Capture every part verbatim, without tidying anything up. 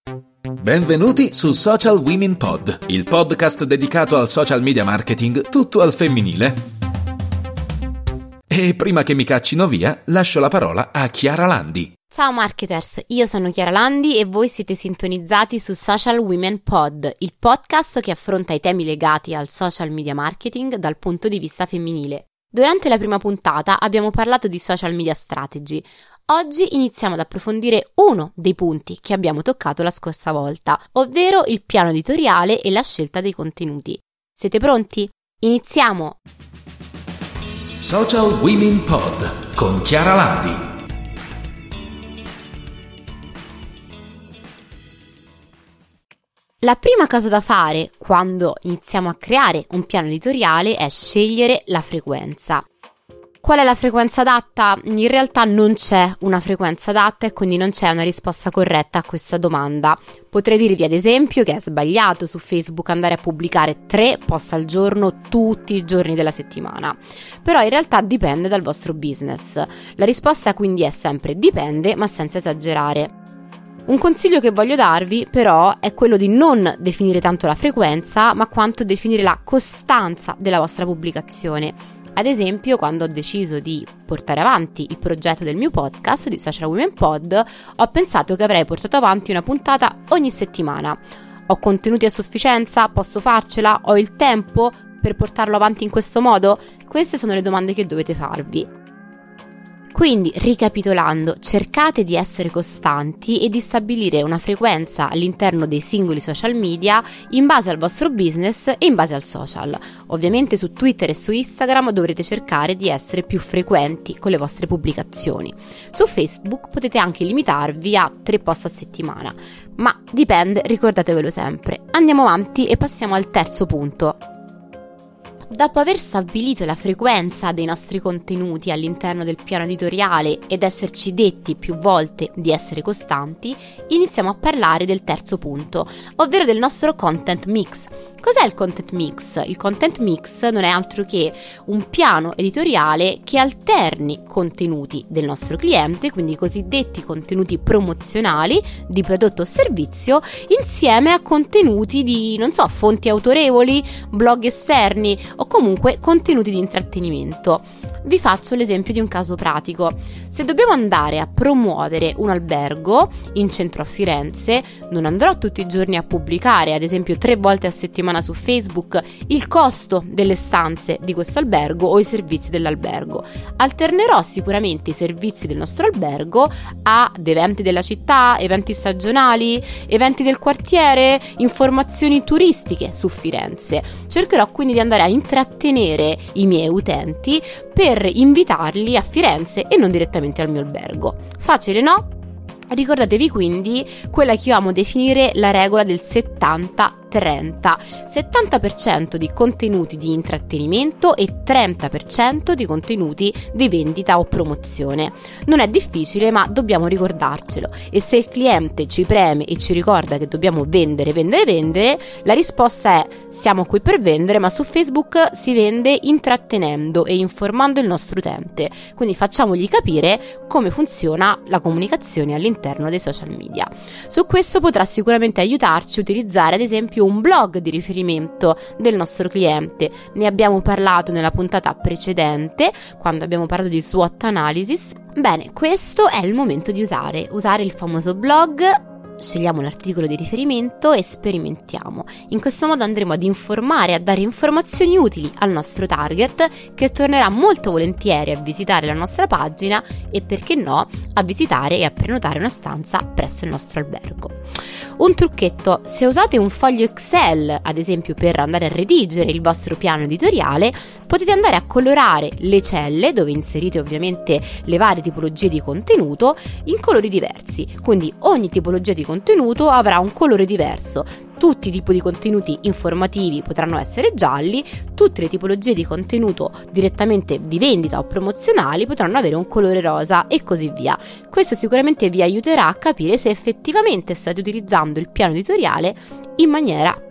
Benvenuti su Social Women Pod, il podcast dedicato al social media marketing tutto al femminile. E prima che mi caccino via, lascio la parola a Chiara Landi. Ciao marketers, io sono Chiara Landi e voi siete sintonizzati su Social Women Pod, il podcast che affronta i temi legati al social media marketing dal punto di vista femminile. Durante la prima puntata abbiamo parlato di social media strategy. Oggi iniziamo ad approfondire uno dei punti che abbiamo toccato la scorsa volta, ovvero il piano editoriale e la scelta dei contenuti. Siete pronti? Iniziamo! Social Women Pod con Chiara Landi. La prima cosa da fare quando iniziamo a creare un piano editoriale è scegliere la frequenza. Qual è la frequenza adatta? In realtà non c'è una frequenza adatta e quindi non c'è una risposta corretta a questa domanda. Potrei dirvi ad esempio che è sbagliato su Facebook andare a pubblicare tre post al giorno tutti i giorni della settimana, però in realtà dipende dal vostro business. La risposta quindi è sempre dipende, ma senza esagerare. Un consiglio che voglio darvi però è quello di non definire tanto la frequenza, ma quanto definire la costanza della vostra pubblicazione. Ad esempio, quando ho deciso di portare avanti il progetto del mio podcast di Social Women Pod, ho pensato che avrei portato avanti una puntata ogni settimana. Ho contenuti a sufficienza? Posso farcela? Ho il tempo per portarlo avanti in questo modo? Queste sono le domande che dovete farvi. Quindi, ricapitolando, cercate di essere costanti e di stabilire una frequenza all'interno dei singoli social media in base al vostro business e in base al social. Ovviamente su Twitter e su Instagram dovrete cercare di essere più frequenti con le vostre pubblicazioni. Su Facebook potete anche limitarvi a tre post a settimana, ma dipende, ricordatevelo sempre. Andiamo avanti e passiamo al terzo punto. Dopo aver stabilito la frequenza dei nostri contenuti all'interno del piano editoriale ed esserci detti più volte di essere costanti, iniziamo a parlare del terzo punto, ovvero del nostro content mix. Cos'è il content mix? Il content mix non è altro che un piano editoriale che alterni contenuti del nostro cliente, quindi i cosiddetti contenuti promozionali di prodotto o servizio, insieme a contenuti di, non so, fonti autorevoli, blog esterni o comunque contenuti di intrattenimento. Vi faccio l'esempio di un caso pratico. Se dobbiamo andare a promuovere un albergo in centro a Firenze, non andrò tutti i giorni a pubblicare, ad esempio tre volte a settimana su Facebook, il costo delle stanze di questo albergo o i servizi dell'albergo. Alternerò sicuramente i servizi del nostro albergo ad eventi della città, eventi stagionali, eventi del quartiere, informazioni turistiche su Firenze. Cercherò quindi di andare a intrattenere i miei utenti per invitarli a Firenze e non direttamente al mio albergo. Facile, no? Ricordatevi quindi quella che io amo definire la regola del settanta trenta. settanta per cento di contenuti di intrattenimento e trenta per cento di contenuti di vendita o promozione. Non è difficile, ma dobbiamo ricordarcelo, e se il cliente ci preme e ci ricorda che dobbiamo vendere, vendere, vendere, la risposta è: siamo qui per vendere, ma su Facebook si vende intrattenendo e informando il nostro utente. Quindi facciamogli capire come funziona la comunicazione all'interno dei social media. Su questo potrà sicuramente aiutarci a utilizzare ad esempio un blog di riferimento del nostro cliente. Ne abbiamo parlato nella puntata precedente, quando abbiamo parlato di SWOT analysis. Bene, questo è il momento di usare, usare il famoso blog. Scegliamo l'articolo di riferimento e sperimentiamo. In questo modo andremo ad informare, a dare informazioni utili al nostro target, che tornerà molto volentieri a visitare la nostra pagina e, perché no, a visitare e a prenotare una stanza presso il nostro albergo. Un trucchetto: se usate un foglio Excel, ad esempio, per andare a redigere il vostro piano editoriale, potete andare a colorare le celle, dove inserite ovviamente le varie tipologie di contenuto, in colori diversi. Quindi ogni tipologia di contenuto avrà un colore diverso. Tutti i tipi di contenuti informativi potranno essere gialli, tutte le tipologie di contenuto direttamente di vendita o promozionali potranno avere un colore rosa e così via. Questo sicuramente vi aiuterà a capire se effettivamente state utilizzando il piano editoriale in maniera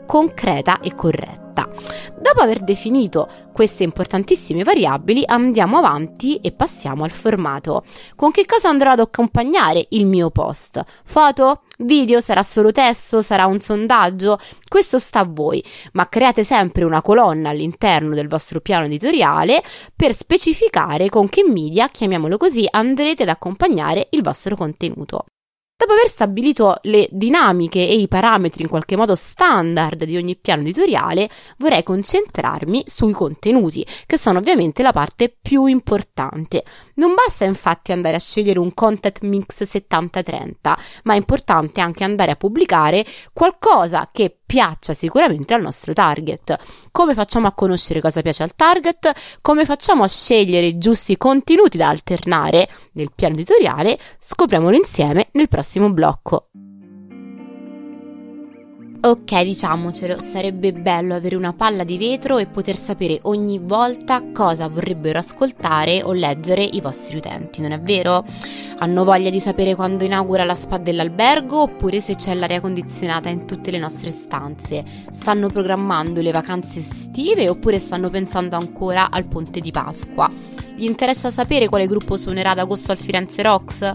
concreta e corretta. Dopo aver definito queste importantissime variabili, andiamo avanti e passiamo al formato. Con che cosa andrò ad accompagnare il mio post? Foto? Video? Sarà solo testo? Sarà un sondaggio? Questo sta a voi, ma create sempre una colonna all'interno del vostro piano editoriale per specificare con che media, chiamiamolo così, andrete ad accompagnare il vostro contenuto. Dopo aver stabilito le dinamiche e i parametri in qualche modo standard di ogni piano editoriale, vorrei concentrarmi sui contenuti, che sono ovviamente la parte più importante. Non basta infatti andare a scegliere un content mix settanta trenta, ma è importante anche andare a pubblicare qualcosa che piaccia sicuramente al nostro target. Come facciamo a conoscere cosa piace al target? Come facciamo a scegliere i giusti contenuti da alternare nel piano editoriale? Scopriamolo insieme nel prossimo blocco. Ok, diciamocelo, sarebbe bello avere una palla di vetro e poter sapere ogni volta cosa vorrebbero ascoltare o leggere i vostri utenti, non è vero? Hanno voglia di sapere quando inaugura la spa dell'albergo oppure se c'è l'aria condizionata in tutte le nostre stanze? Stanno programmando le vacanze estive oppure stanno pensando ancora al ponte di Pasqua? Gli interessa sapere quale gruppo suonerà ad agosto al Firenze Rocks?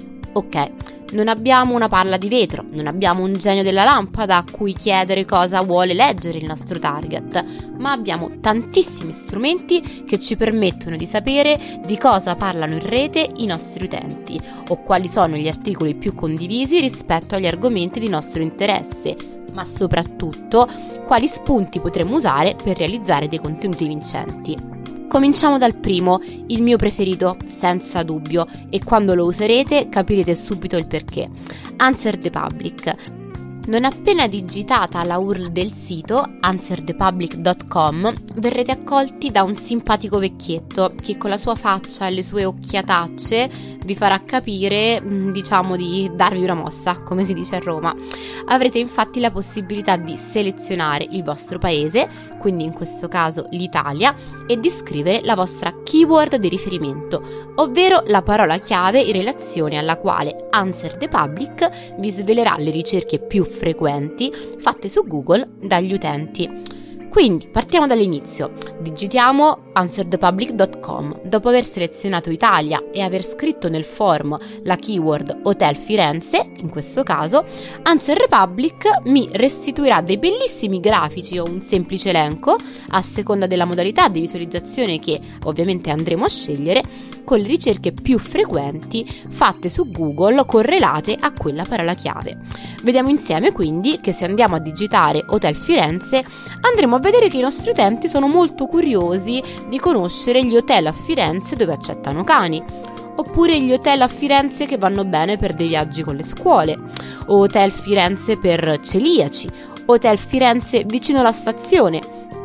Ok. Non abbiamo una palla di vetro, non abbiamo un genio della lampada a cui chiedere cosa vuole leggere il nostro target, ma abbiamo tantissimi strumenti che ci permettono di sapere di cosa parlano in rete i nostri utenti o quali sono gli articoli più condivisi rispetto agli argomenti di nostro interesse, ma soprattutto quali spunti potremo usare per realizzare dei contenuti vincenti. Cominciamo dal primo, il mio preferito, senza dubbio, e quando lo userete capirete subito il perché. Answer the Public. Non appena digitata la U R L del sito answer the public dot com verrete accolti da un simpatico vecchietto che con la sua faccia e le sue occhiatacce vi farà capire, diciamo, di darvi una mossa, come si dice a Roma. Avrete infatti la possibilità di selezionare il vostro paese, quindi in questo caso l'Italia, e di scrivere la vostra keyword di riferimento, ovvero la parola chiave in relazione alla quale Answer the Public vi svelerà le ricerche più frequenti fatte su Google dagli utenti. Quindi partiamo dall'inizio, digitiamo answer the public dot com. Dopo aver selezionato Italia e aver scritto nel form la keyword Hotel Firenze, in questo caso, Answer the Public mi restituirà dei bellissimi grafici o un semplice elenco, a seconda della modalità di visualizzazione che ovviamente andremo a scegliere, con le ricerche più frequenti fatte su Google correlate a quella parola chiave. Vediamo insieme quindi che se andiamo a digitare Hotel Firenze andremo a vedere che i nostri utenti sono molto curiosi di conoscere gli hotel a Firenze dove accettano cani, oppure gli hotel a Firenze che vanno bene per dei viaggi con le scuole, o hotel Firenze per celiaci, hotel Firenze vicino alla stazione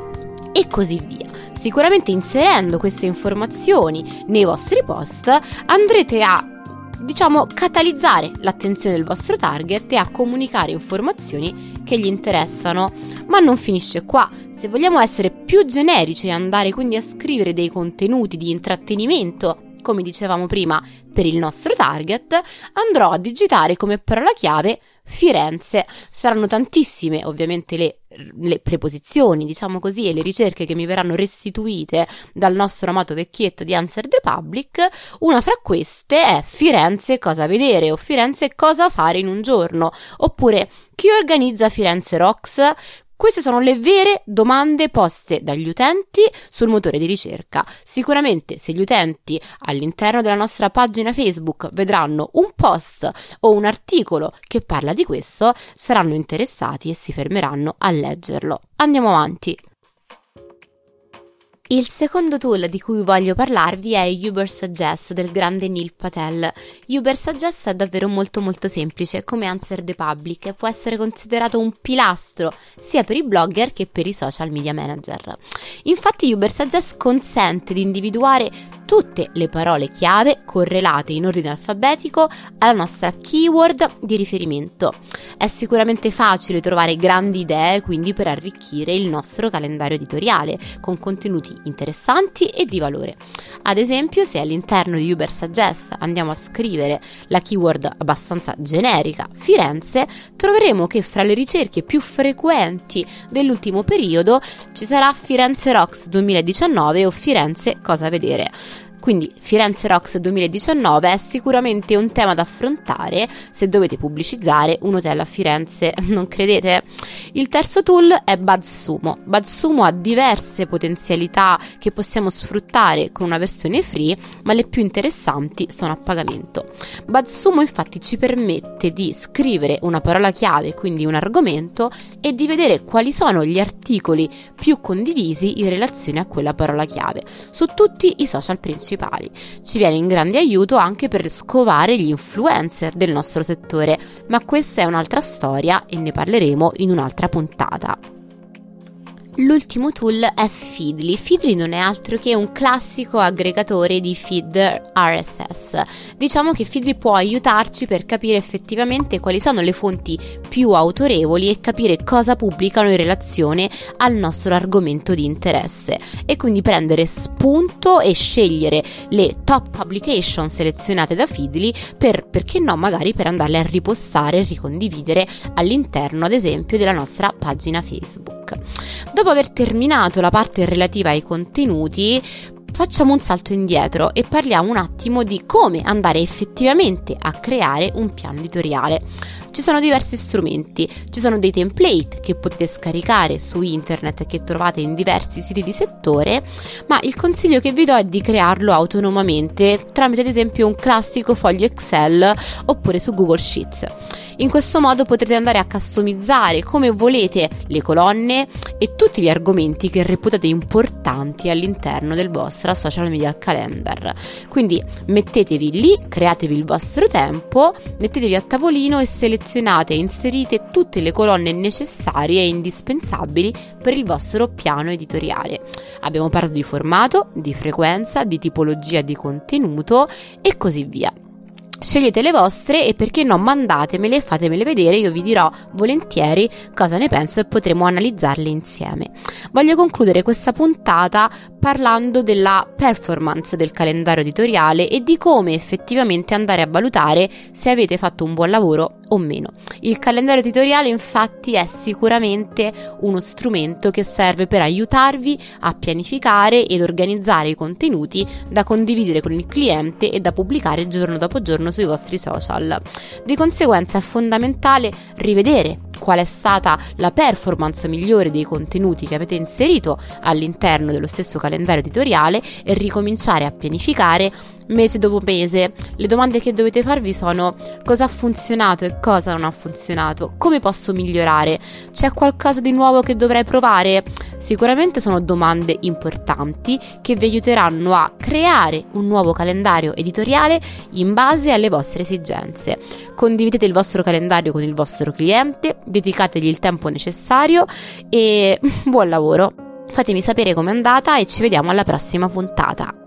e così via. Sicuramente inserendo queste informazioni nei vostri post andrete a, diciamo, catalizzare l'attenzione del vostro target e a comunicare informazioni che gli interessano. Ma non finisce qua. Se vogliamo essere più generici e andare quindi a scrivere dei contenuti di intrattenimento, come dicevamo prima, per il nostro target, andrò a digitare come parola chiave Firenze. Saranno tantissime ovviamente le, le preposizioni, diciamo così, e le ricerche che mi verranno restituite dal nostro amato vecchietto di Answer the Public. Una fra queste è Firenze cosa vedere o Firenze cosa fare in un giorno, oppure chi organizza Firenze Rocks. Queste sono le vere domande poste dagli utenti sul motore di ricerca. Sicuramente se gli utenti all'interno della nostra pagina Facebook vedranno un post o un articolo che parla di questo, saranno interessati e si fermeranno a leggerlo. Andiamo avanti. Il secondo tool di cui voglio parlarvi è Ubersuggest del grande Neil Patel. Ubersuggest è davvero molto molto semplice, come Answer the Public, e può essere considerato un pilastro sia per i blogger che per i social media manager. Infatti Ubersuggest consente di individuare tutte le parole chiave correlate in ordine alfabetico alla nostra keyword di riferimento. È sicuramente facile trovare grandi idee quindi per arricchire il nostro calendario editoriale con contenuti interessanti e di valore. Ad esempio, se all'interno di Ubersuggest andiamo a scrivere la keyword abbastanza generica Firenze, troveremo che fra le ricerche più frequenti dell'ultimo periodo ci sarà Firenze Rocks duemiladiciannove o Firenze cosa vedere. Quindi Firenze Rocks duemiladiciannove è sicuramente un tema da affrontare se dovete pubblicizzare un hotel a Firenze, non credete? Il terzo tool è BuzzSumo. BuzzSumo ha diverse potenzialità che possiamo sfruttare con una versione free, ma le più interessanti sono a pagamento. BuzzSumo infatti ci permette di scrivere una parola chiave, quindi un argomento, e di vedere quali sono gli articoli più condivisi in relazione a quella parola chiave su tutti i social principali. Ci viene in grande aiuto anche per scovare gli influencer del nostro settore, ma questa è un'altra storia e ne parleremo in un'altra puntata. L'ultimo tool è Feedly. Feedly non è altro che un classico aggregatore di feed R S S. Diciamo che Feedly può aiutarci per capire effettivamente quali sono le fonti più autorevoli e capire cosa pubblicano in relazione al nostro argomento di interesse, e quindi prendere spunto e scegliere le top publication selezionate da Feedly per, perché no, magari per andarle a ripostare e ricondividere all'interno, ad esempio, della nostra pagina Facebook. Dopo aver terminato la parte relativa ai contenuti, facciamo un salto indietro e parliamo un attimo di come andare effettivamente a creare un piano editoriale. Ci sono diversi strumenti, ci sono dei template che potete scaricare su internet e che trovate in diversi siti di settore, ma il consiglio che vi do è di crearlo autonomamente tramite ad esempio un classico foglio Excel oppure su Google Sheets. In questo modo potrete andare a customizzare come volete le colonne e tutti gli argomenti che reputate importanti all'interno del vostro social media calendar. Quindi mettetevi lì, createvi il vostro tempo, mettetevi a tavolino e selezionate e inserite tutte le colonne necessarie e indispensabili per il vostro piano editoriale. Abbiamo parlato di formato, di frequenza, di tipologia di contenuto e così via. Scegliete le vostre e perché no mandatemele e fatemele vedere, io vi dirò volentieri cosa ne penso e potremo analizzarle insieme. Voglio concludere questa puntata parlando della performance del calendario editoriale e di come effettivamente andare a valutare se avete fatto un buon lavoro o meno. Il calendario editoriale infatti è sicuramente uno strumento che serve per aiutarvi a pianificare ed organizzare i contenuti da condividere con il cliente e da pubblicare giorno dopo giorno sui vostri social. Di conseguenza è fondamentale rivedere qual è stata la performance migliore dei contenuti che avete inserito all'interno dello stesso calendario editoriale e ricominciare a pianificare mese dopo mese. Le domande che dovete farvi sono: cosa ha funzionato e cosa non ha funzionato? Come posso migliorare? C'è qualcosa di nuovo che dovrei provare? Sicuramente sono domande importanti che vi aiuteranno a creare un nuovo calendario editoriale in base alle vostre esigenze. Condividete il vostro calendario con il vostro cliente, dedicategli il tempo necessario e buon lavoro. Fatemi sapere com'è andata e ci vediamo alla prossima puntata.